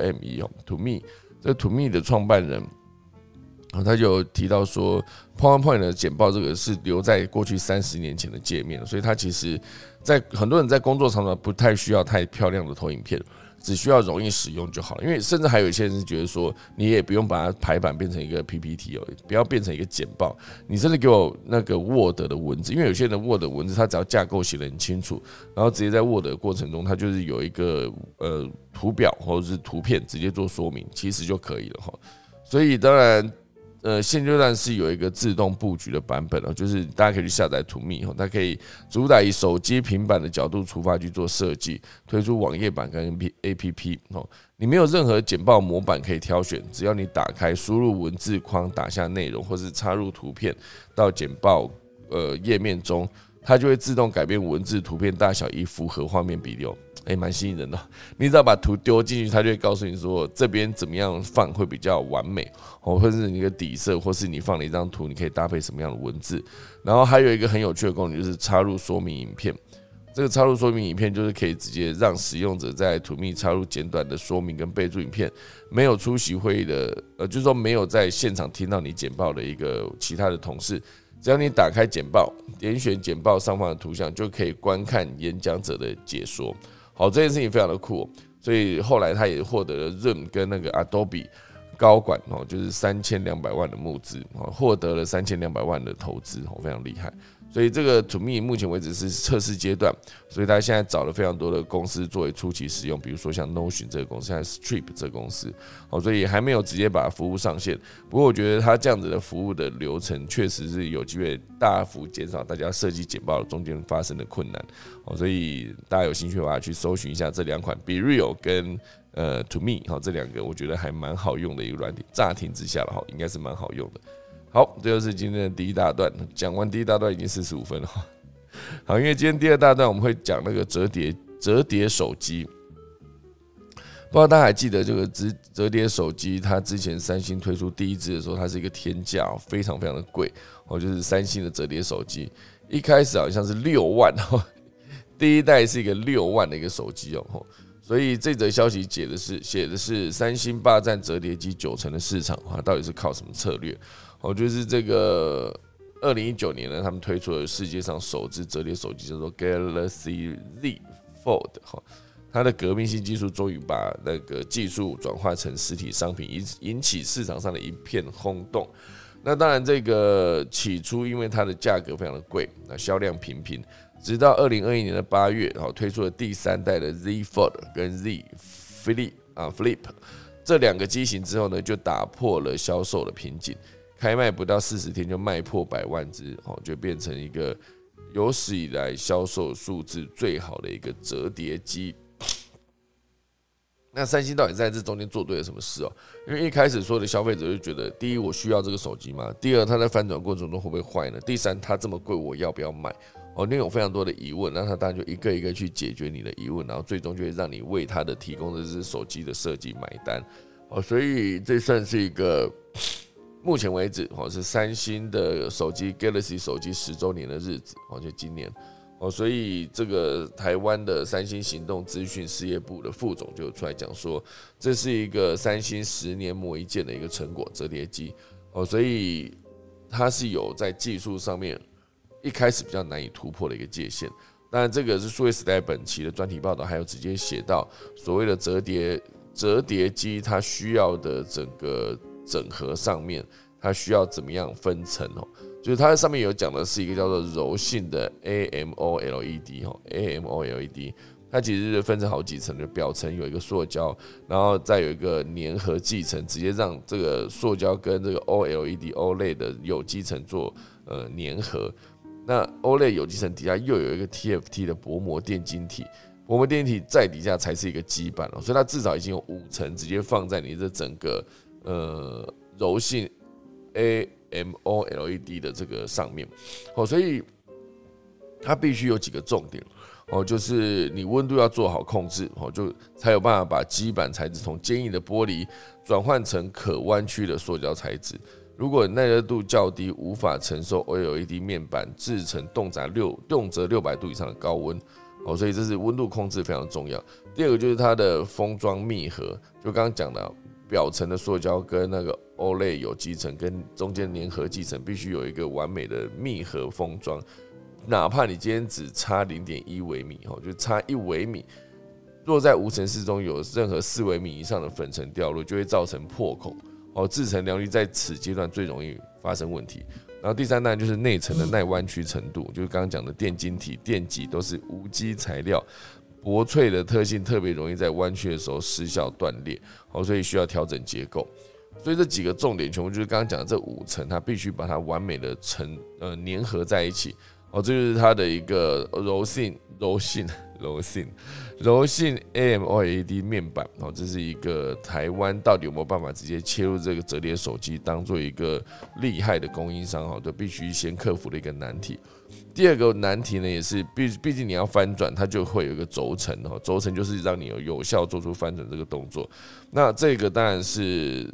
TOME， 这 TOME 的创办人，他就提到说 PowerPoint 的简报这个是留在过去30年前的界面，所以他其实在很多人在工作场所不太需要太漂亮的投影片，只需要容易使用就好了。因为甚至还有一些人是觉得说，你也不用把它排版变成一个 PPT 不要变成一个简报，你甚至给我那个 Word 的文字，因为有些人的 Word 的文字，他只要架构写得很清楚，然后直接在 Word 的过程中，它就是有一个图表或者是图片直接做说明，其实就可以了哈。所以当然。现阶段是有一个自动布局的版本，就是大家可以去下载 TOME， 它可以主打以手机、平板的角度出发去做设计，推出网页版跟 APP。你没有任何简报模板可以挑选，只要你打开输入文字框，打下内容，或是插入图片到简报页面中，它就会自动改变文字、图片大小以符合画面比例。蛮吸引人的。你只要把图丢进去，它就会告诉你说这边怎么样放会比较完美，或者是你的底色，或是你放了一张图，你可以搭配什么样的文字。然后还有一个很有趣的功能，就是插入说明影片。这个插入说明影片就是可以直接让使用者在 TOME 插入简短的说明跟备注影片。没有出席会议的，就是说没有在现场听到你简报的一个其他的同事，只要你打开简报，点选简报上方的图像，就可以观看演讲者的解说。好，这件事情非常的酷，所以后来他也获得了 Zoom 跟那个 Adobe 高管就是3200万的募资，获得了3200万的投资，非常厉害。所以这个 TOME 目前为止是测试阶段，所以他现在找了非常多的公司作为初期使用，比如说像 Notion 这个公司，还有 Stripe 这个公司，所以还没有直接把服务上线。不过我觉得他这样子的服务的流程，确实是有机会大幅减少大家设计简报的中间发生的困难。所以大家有兴趣的话，去搜寻一下这2款 BeReal 跟TOME，这2个我觉得还蛮好用的一个软体。乍听之下了，应该是蛮好用的。好，这就是今天的第一大段。讲完第一大段已经45分了。好，因为今天第二大段我们会讲那个折叠手机。不知道大家还记得这个折叠手机，它之前三星推出第一支的时候，它是一个天价，非常非常的贵。就是三星的折叠手机，一开始好像是6万，第一代是一个6万的一个手机哦。所以这则消息写的是三星霸占折叠机90%的市场，到底是靠什么策略？就是这个2019年呢，他们推出了世界上首支折叠手机，叫做 Galaxy Z Fold。它的革命性技术终于把那个技术转化成实体商品，引起市场上的一片轰动。那当然，这个起初因为它的价格非常的贵，那销量平平，直到2021年的8月，推出了第3代的 Z Fold 跟 Z Flip 这2个机型之后呢，就打破了销售的瓶颈，开卖不到40天就卖破100万只，就变成一个有史以来销售数字最好的一个折叠机。那三星到底在这中间做对了什么事哦？因为一开始所有的消费者就觉得，第一，我需要这个手机吗？第二，它在翻转过程中会不会坏呢？第三，它这么贵，我要不要买？你有非常多的疑问，那它当然就一个一个去解决你的疑问，然后最终就会让你为它的提供的这只手机的设计买单。所以这算是一个目前为止是三星的手机 Galaxy 手机10周年的日子，就今年。所以这个台湾的三星行动资讯事业部的副总就出来讲说，这是一个三星10年磨一剑的一个成果，折叠机。所以它是有在技术上面一开始比较难以突破的一个界限。当然，这个是数位时代本期的专题报道，还有直接写到所谓的折叠机，它需要的整个整合上面，它需要怎么样分层哦？就是它上面有讲的是一个叫做柔性的 AMOLED，AMOLED， 它其实是分成好几层的，表层有一个塑胶，然后再有一个粘合继层，直接让这个塑胶跟这个 OLED 的有机层做粘合。那 OLED 有机层底下又有一个 TFT 的薄膜电晶体，薄膜电晶体在底下才是一个基板所以它至少已经有5层直接放在你这整个柔性 AMOLED 的这个上面，所以它必须有几个重点就是你温度要做好控制就才有办法把基板材质从坚硬的玻璃转换成可弯曲的塑胶材质。如果耐热度较低，无法承受 OLED 面板制成动辄600度以上的高温所以这是温度控制非常重要。第二个就是它的封装密合，就刚刚讲的表层的塑胶跟那个 OLED 有机层跟中间粘合继层必须有一个完美的密合封装，哪怕你今天只差 0.1 微米就差1微米，若在无尘室中有任何4微米以上的粉尘掉落，就会造成破孔制程良率在此阶段最容易发生问题。然后第三当然就是内层的耐弯曲程度，就是刚刚讲的电晶体、电极都是无机材料，薄脆的特性特别容易在弯曲的时候失效断裂所以需要调整结构。所以这几个重点全部就是刚刚讲的这5层，它必须把它完美的粘合在一起这就是它的一个柔性 AMOLED 面板这是一个台湾到底有没有办法直接切入这个折叠手机当做一个厉害的供应商就必须先克服的一个难题。第二个难题呢，也是毕竟你要翻转，它就会有一个轴承轴承就是让你有效做出翻转这个动作。那这个当然是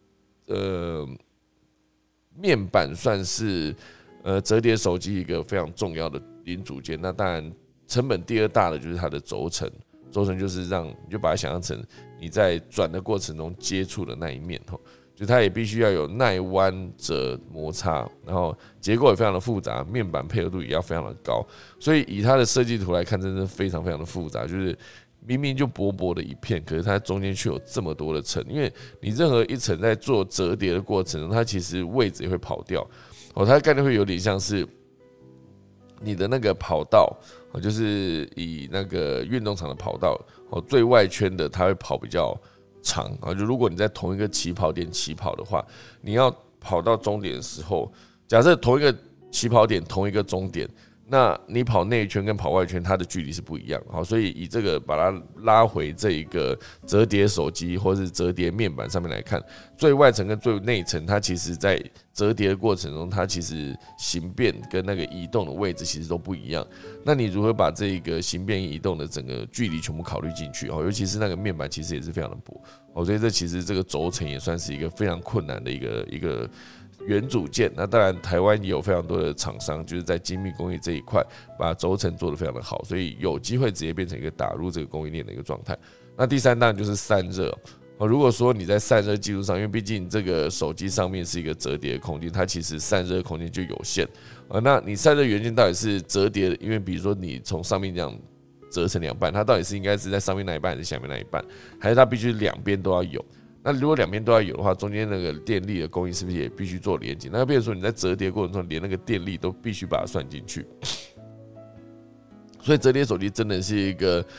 面板算是折叠手机一个非常重要的零组件。那当然成本第2大的就是它的轴承，轴承就是你就把它想象成你在转的过程中接触的那一面就它也必须要有耐弯折摩擦，然后结构也非常的复杂，面板配合度也要非常的高。所以以它的设计图来看，真的非常非常的复杂，就是明明就薄薄的一片，可是它中间却有这么多的层，因为你任何一层在做折叠的过程中，它其实位置也会跑掉它的概念会有点像是你的那个跑道就是以那个运动场的跑道最外圈的它会跑比较长就如果你在同一个起跑点起跑的话，你要跑到终点的时候，假设同一个起跑点同一个终点，那你跑内圈跟跑外圈它的距离是不一样所以以这个把它拉回这一个折叠手机或是折叠面板上面来看，最外层跟最内层它其实在折叠的过程中，它其实形变跟那个移动的位置其实都不一样。那你如何把这个形变移动的整个距离全部考虑进去尤其是那个面板其实也是非常的薄所以这其实这个轴承也算是一个非常困难的一个元组件。那当然台湾也有非常多的厂商就是在精密工艺这一块把轴承做得非常的好，所以有机会直接变成一个打入这个供应链的一个状态。那第三当然就是散热如果说你在散热技术上，因为毕竟这个手机上面是一个折叠的空间，它其实散热空间就有限那你散热元件到底是折叠的，因为比如说你从上面这样折成2半，它到底是应该是在上面那一半还是下面那一半，还是它必须2边都要有？那如果2边都要有的话，中间那个电力的供应是不是也必须做连接？那变成说你在折叠过程中连那个电力都必须把它算进去。所以折叠手机真的是一个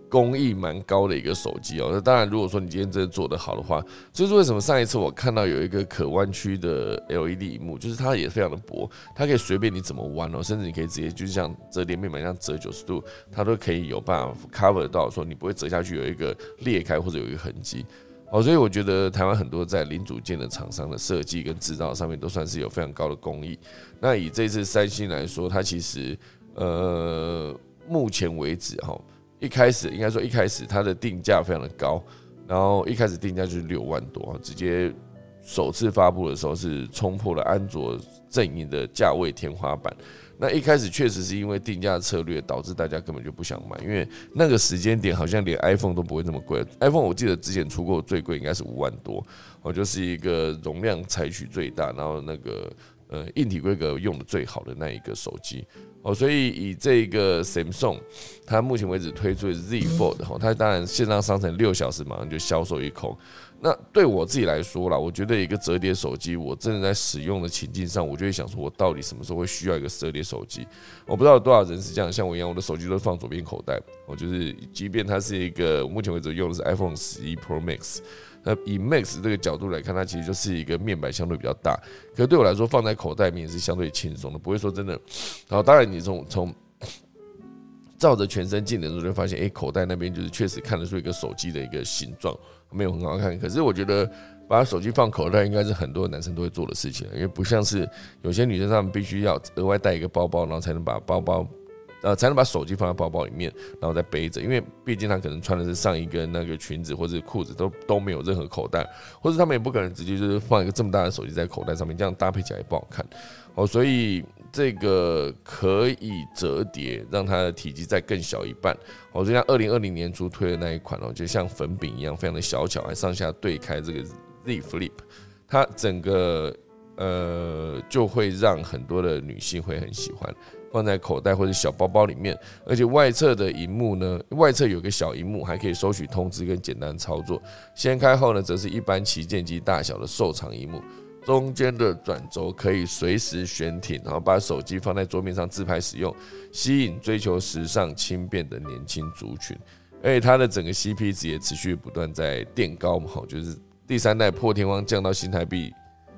工艺蛮高的一个手机哦。那当然，如果说你今天真的做得好的话，这就是为什么上一次我看到有一个可弯曲的 LED 萤幕，就是它也非常的薄，它可以随便你怎么弯哦，甚至你可以直接就像折叠面板一样折90度，它都可以有办法 cover 到说你不会折下去有一个裂开或者有一个痕迹。所以我觉得台湾很多在零组件的厂商的设计跟制造上面都算是有非常高的工艺。那以这次三星来说，它其实目前为止一开始它的定价非常的高，然后一开始定价就是6万多，直接首次发布的时候是冲破了安卓阵营的价位天花板。那一开始确实是因为定价策略导致大家根本就不想买，因为那个时间点好像连 iPhone 都不会这么贵。iPhone 我记得之前出过最贵应该是5万多，就是一个容量采取最大，然后那个硬体规格用的最好的那一个手机。所以以这个 Samsung， 它目前为止推出的 Z Fold， 它当然线上商城6小时马上就销售一空。那对我自己来说啦，我觉得一个折叠手机，我真的在使用的情境上，我就会想说，我到底什么时候会需要一个折叠手机？我不知道有多少人是这样，像我一样，我的手机都放左边口袋。就是即便它是一个目前为止用的是 iPhone 11 Pro Max， 那以 Max 这个角度来看，它其实就是一个面板相对比较大，可是对我来说放在口袋里面也是相对轻松的，不会说真的。然后当然你从照着全身镜的时候，就发现，口袋那边就是确实看得出一个手机的一个形状，没有很好看。可是我觉得把手机放口袋应该是很多男生都会做的事情，因为不像是有些女生她们必须要额外带一个包包，然后才能把手机放在包包里面，然后再背着。因为毕竟她可能穿的是上衣跟那个裙子或者裤子都没有任何口袋，或者他们也不可能直接就是放一个这么大的手机在口袋上面，这样搭配起来也不好看。所以这个可以折叠，让它的体积再更小一半。就像2020年初推的那一款就像粉饼一样，非常的小巧，还上下对开这个 Z Flip， 它整个就会让很多的女性会很喜欢。放在口袋或者小包包里面，而且外侧的萤幕呢，外侧有个小萤幕，还可以收取通知跟简单操作。掀开后呢，则是一般旗舰机大小的瘦长萤幕，中间的转轴可以随时悬停，然后把手机放在桌面上自拍使用，吸引追求时尚轻便的年轻族群。而且它的整个 CP 值也持续不断在垫高，就是第3代破天荒降到新台币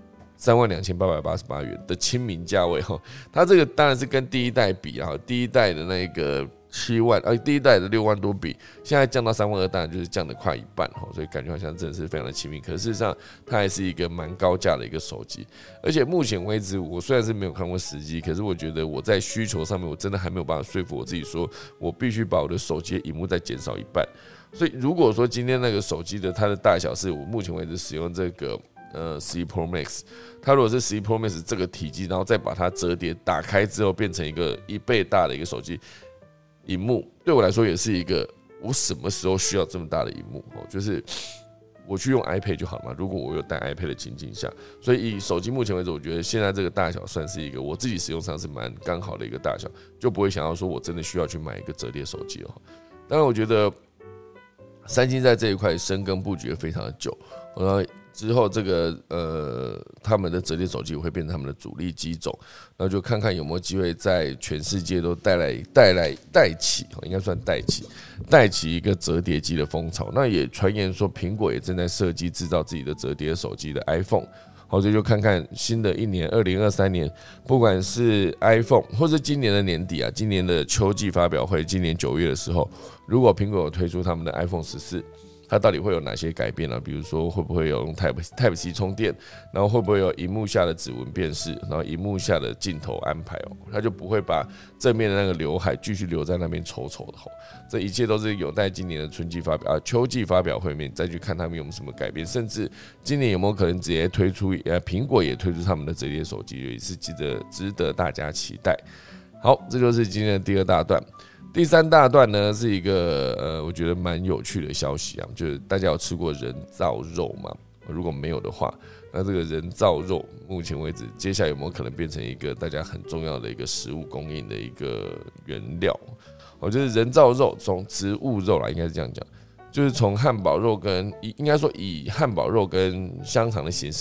32,888元的亲民价位。它这个当然是跟第1代比，第1代的那个7万，第1代的6万多比，现在降到3万2，当然就是降了快一半，所以感觉好像真的是非常的亲民。可是事实上，它还是一个蛮高价的一个手机，而且目前为止，我虽然是没有看过实机，可是我觉得我在需求上面，我真的还没有办法说服我自己，说我必须把我的手机的萤幕再减少一半。所以如果说今天那个手机的它的大小是我目前为止使用这个11 Pro Max， 它如果是11 Pro Max 这个体积，然后再把它折叠打开之后变成一个1倍大的一个手机萤幕，对我来说也是一个我什么时候需要这么大的萤幕，就是我去用 iPad 就好了嘛。如果我有带 iPad 的情境下，所以以手机目前为止，我觉得现在这个大小算是一个我自己使用上是蛮刚好的一个大小，就不会想要说我真的需要去买一个折叠手机了。当然，我觉得三星在这一块深耕布局也非常的久，之后这个他们的折叠手机会变成他们的主力机种，然后就看看有没有机会在全世界都带起，应该算带起一个折叠机的风潮。那也传言说苹果也正在设计制造自己的折叠手机的 iPhone。所以就看看新的一年2023年，不管是 iPhone 或是今年的年底今年的秋季发表会，今年9月的时候，如果苹果有推出他们的 iPhone 14，它到底会有哪些改变呢？比如说会不会有用 Type C 充电，然后会不会有萤幕下的指纹辨识，然后萤幕下的镜头安排它就不会把正面的那个刘海继续留在那边丑丑的这一切都是有待今年的秋季发表会里面再去看他们有没有什么改变，甚至今年有没有可能直接推出苹果也推出他们的折叠手机，也是值得大家期待。好，这就是今天的第2大段。第3大段呢是一个我觉得蛮有趣的消息就是大家有吃过人造肉吗？如果没有的话，那这个人造肉目前为止，接下来有没有可能变成一个大家很重要的一个食物供应的一个原料？就是人造肉从植物肉啦，应该是这样讲，就是从汉堡肉应该说以汉堡肉跟香肠的形式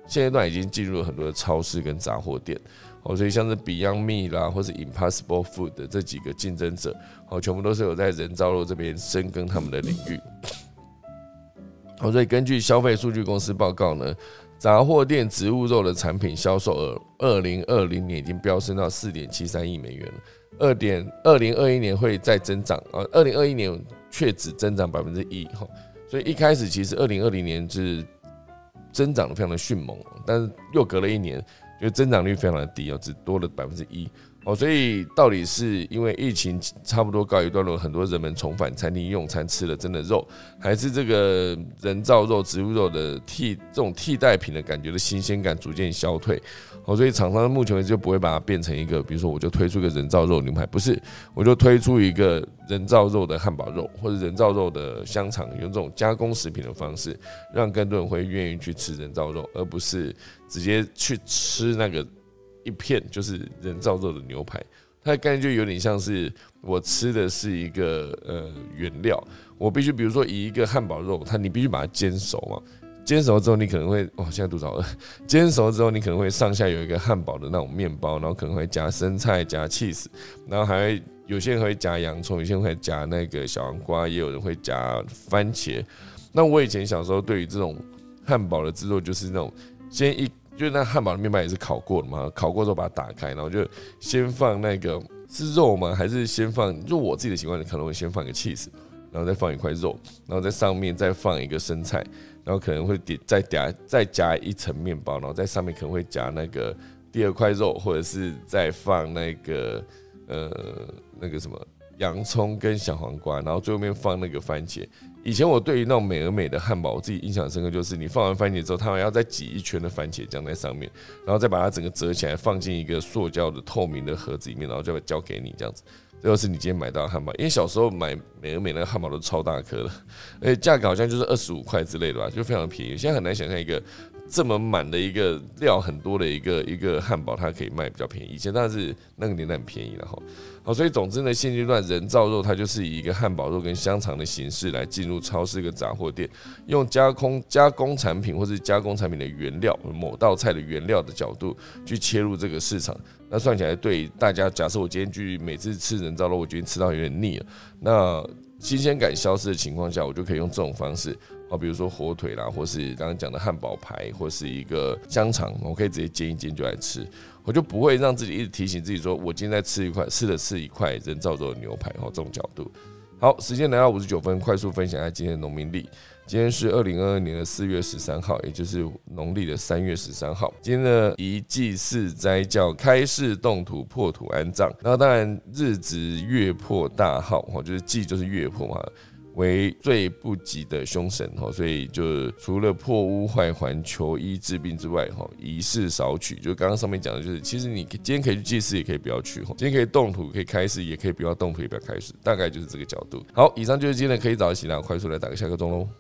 现阶段已经进入了很多的超市跟杂货店。所以像是 Beyond Meat 啦，或是 Impossible Food 的这几个竞争者，全部都是有在人造肉这边深耕他们的领域。所以根据消费数据公司报告呢，杂货店植物肉的产品销售额，2020年已经飙升到4.73亿美元了，2021年会再增长，2021年却只增长1%，所以一开始其实2020年是增长的非常的迅猛，但是又隔了一年。就增长率非常的低，只多了1%，所以到底是因为疫情差不多告一段落，很多人们重返餐厅用餐吃了真的肉，还是这个人造肉、植物肉的这种替代品的感觉的新鲜感逐渐消退，所以厂商目前为止就不会把它变成一个，比如说我就推出一个人造肉牛排，不是，我就推出一个人造肉的汉堡肉或者人造肉的香肠，用这种加工食品的方式，让更多人会愿意去吃人造肉，而不是直接去吃那个一片就是人造肉的牛排。它的概念就有点像是我吃的是一个原料，我必须比如说以一个汉堡肉，你必须把它煎熟嘛。煎熟之后，你可能会现在肚子好饿。煎熟之后，你可能会上下有一个汉堡的那种面包，然后可能会加生菜、加 cheese， 然后还会有些人会加洋葱，有些人会加那个小黄瓜，也有人会加番茄。那我以前小时候对于这种汉堡的制作，就是那种就是那汉堡的面包也是烤过的嘛，烤过之后把它打开，然后就先放那个是肉吗？还是先放？就我自己的习惯，可能会先放一个 cheese， 然后再放一块肉，然后在上面再放一个生菜。然后可能会再加一层面包，然后在上面可能会夹那个第二块肉，或者是再放那个什么洋葱跟小黄瓜，然后最后面放那个番茄。以前我对于那种美而美的汉堡，我自己印象深刻就是你放完番茄之后，他们要再挤一圈的番茄酱在上面，然后再把它整个折起来，放进一个塑胶的透明的盒子里面，然后就交给你这样子。这就是你今天买到的汉堡，因为小时候买美而美那个汉堡都超大颗的，而且价格好像就是25块之类的吧，就非常的便宜。现在很难想象一个这么满的一个料很多的一个汉堡，它可以卖比较便宜。以前当然是那个年代很便宜了哈。好，所以总之呢，现阶段人造肉它就是以一个汉堡肉跟香肠的形式来进入超市跟杂货店，用加工产品或是加工产品的原料，某道菜的原料的角度去切入这个市场。那算起来对大家，假设我今天去每次吃人造肉，我觉得吃到有点腻了，那新鲜感消失的情况下，我就可以用这种方式，比如说火腿啦，或是刚刚讲的汉堡排，或是一个香肠，我可以直接煎一煎就来吃，我就不会让自己一直提醒自己说，我今天在吃一块人造肉的牛排，这种角度。好，时间来到59分，快速分享一下今天的农民历。今天是2022年的4月13号，也就是农历的3月13号。今天的宜祭祀斋教开市动土破土安葬，然后当然日子月破大号，就是祭就是月破嘛，为最不吉的凶神，所以就除了破屋坏环、求医治病之外，仪式少取。就刚刚上面讲的，就是其实你今天可以去祭祀，也可以不要去；今天可以动土，可以开市，也可以不要动土，也不要开市，大概就是这个角度。好，以上就是今天的可以早起啦，快速来打个下课钟喽。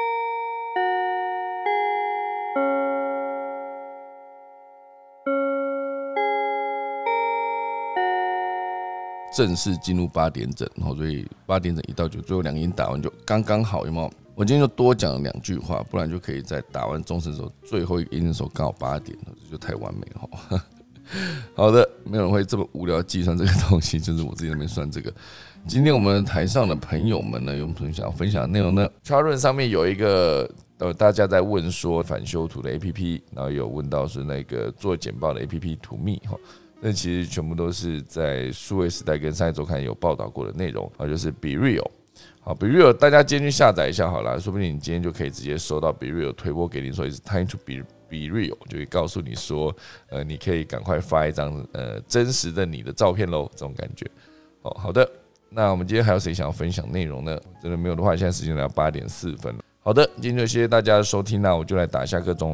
正式进入8点整，所以8点整1到9，最后2个音打完就刚刚好，有没有？我今天就多讲了2句话，不然就可以在打完钟声的时候，最后一个音的时候刚好8点，这就太完美了。好的，没有人会这么无聊计算这个东西，就是我自己那边算这个。今天我们台上的朋友们呢，有什么想要分享的内容呢 ？Charun 上面有一个大家在问说反修图的 APP， 然后有问到是那个做简报的 APP ToMe 哈。那其实全部都是在数位时代跟商业周刊有报道过的内容，就是 BeReal。好 ，BeReal 大家今天去下载一下好了，说不定你今天就可以直接收到 BeReal 推播给你说 "It's time to be real"， 就会告诉你说，你可以赶快发一张真实的你的照片喽，这种感觉。好的，那我们今天还有谁想要分享内容呢？真的没有的话，现在时间来到8点4分了。好的，今天就谢谢大家的收听，那我就来打下课钟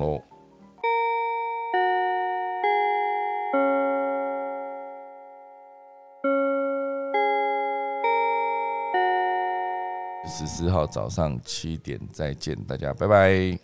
喽。14号早上7点再见，大家拜拜。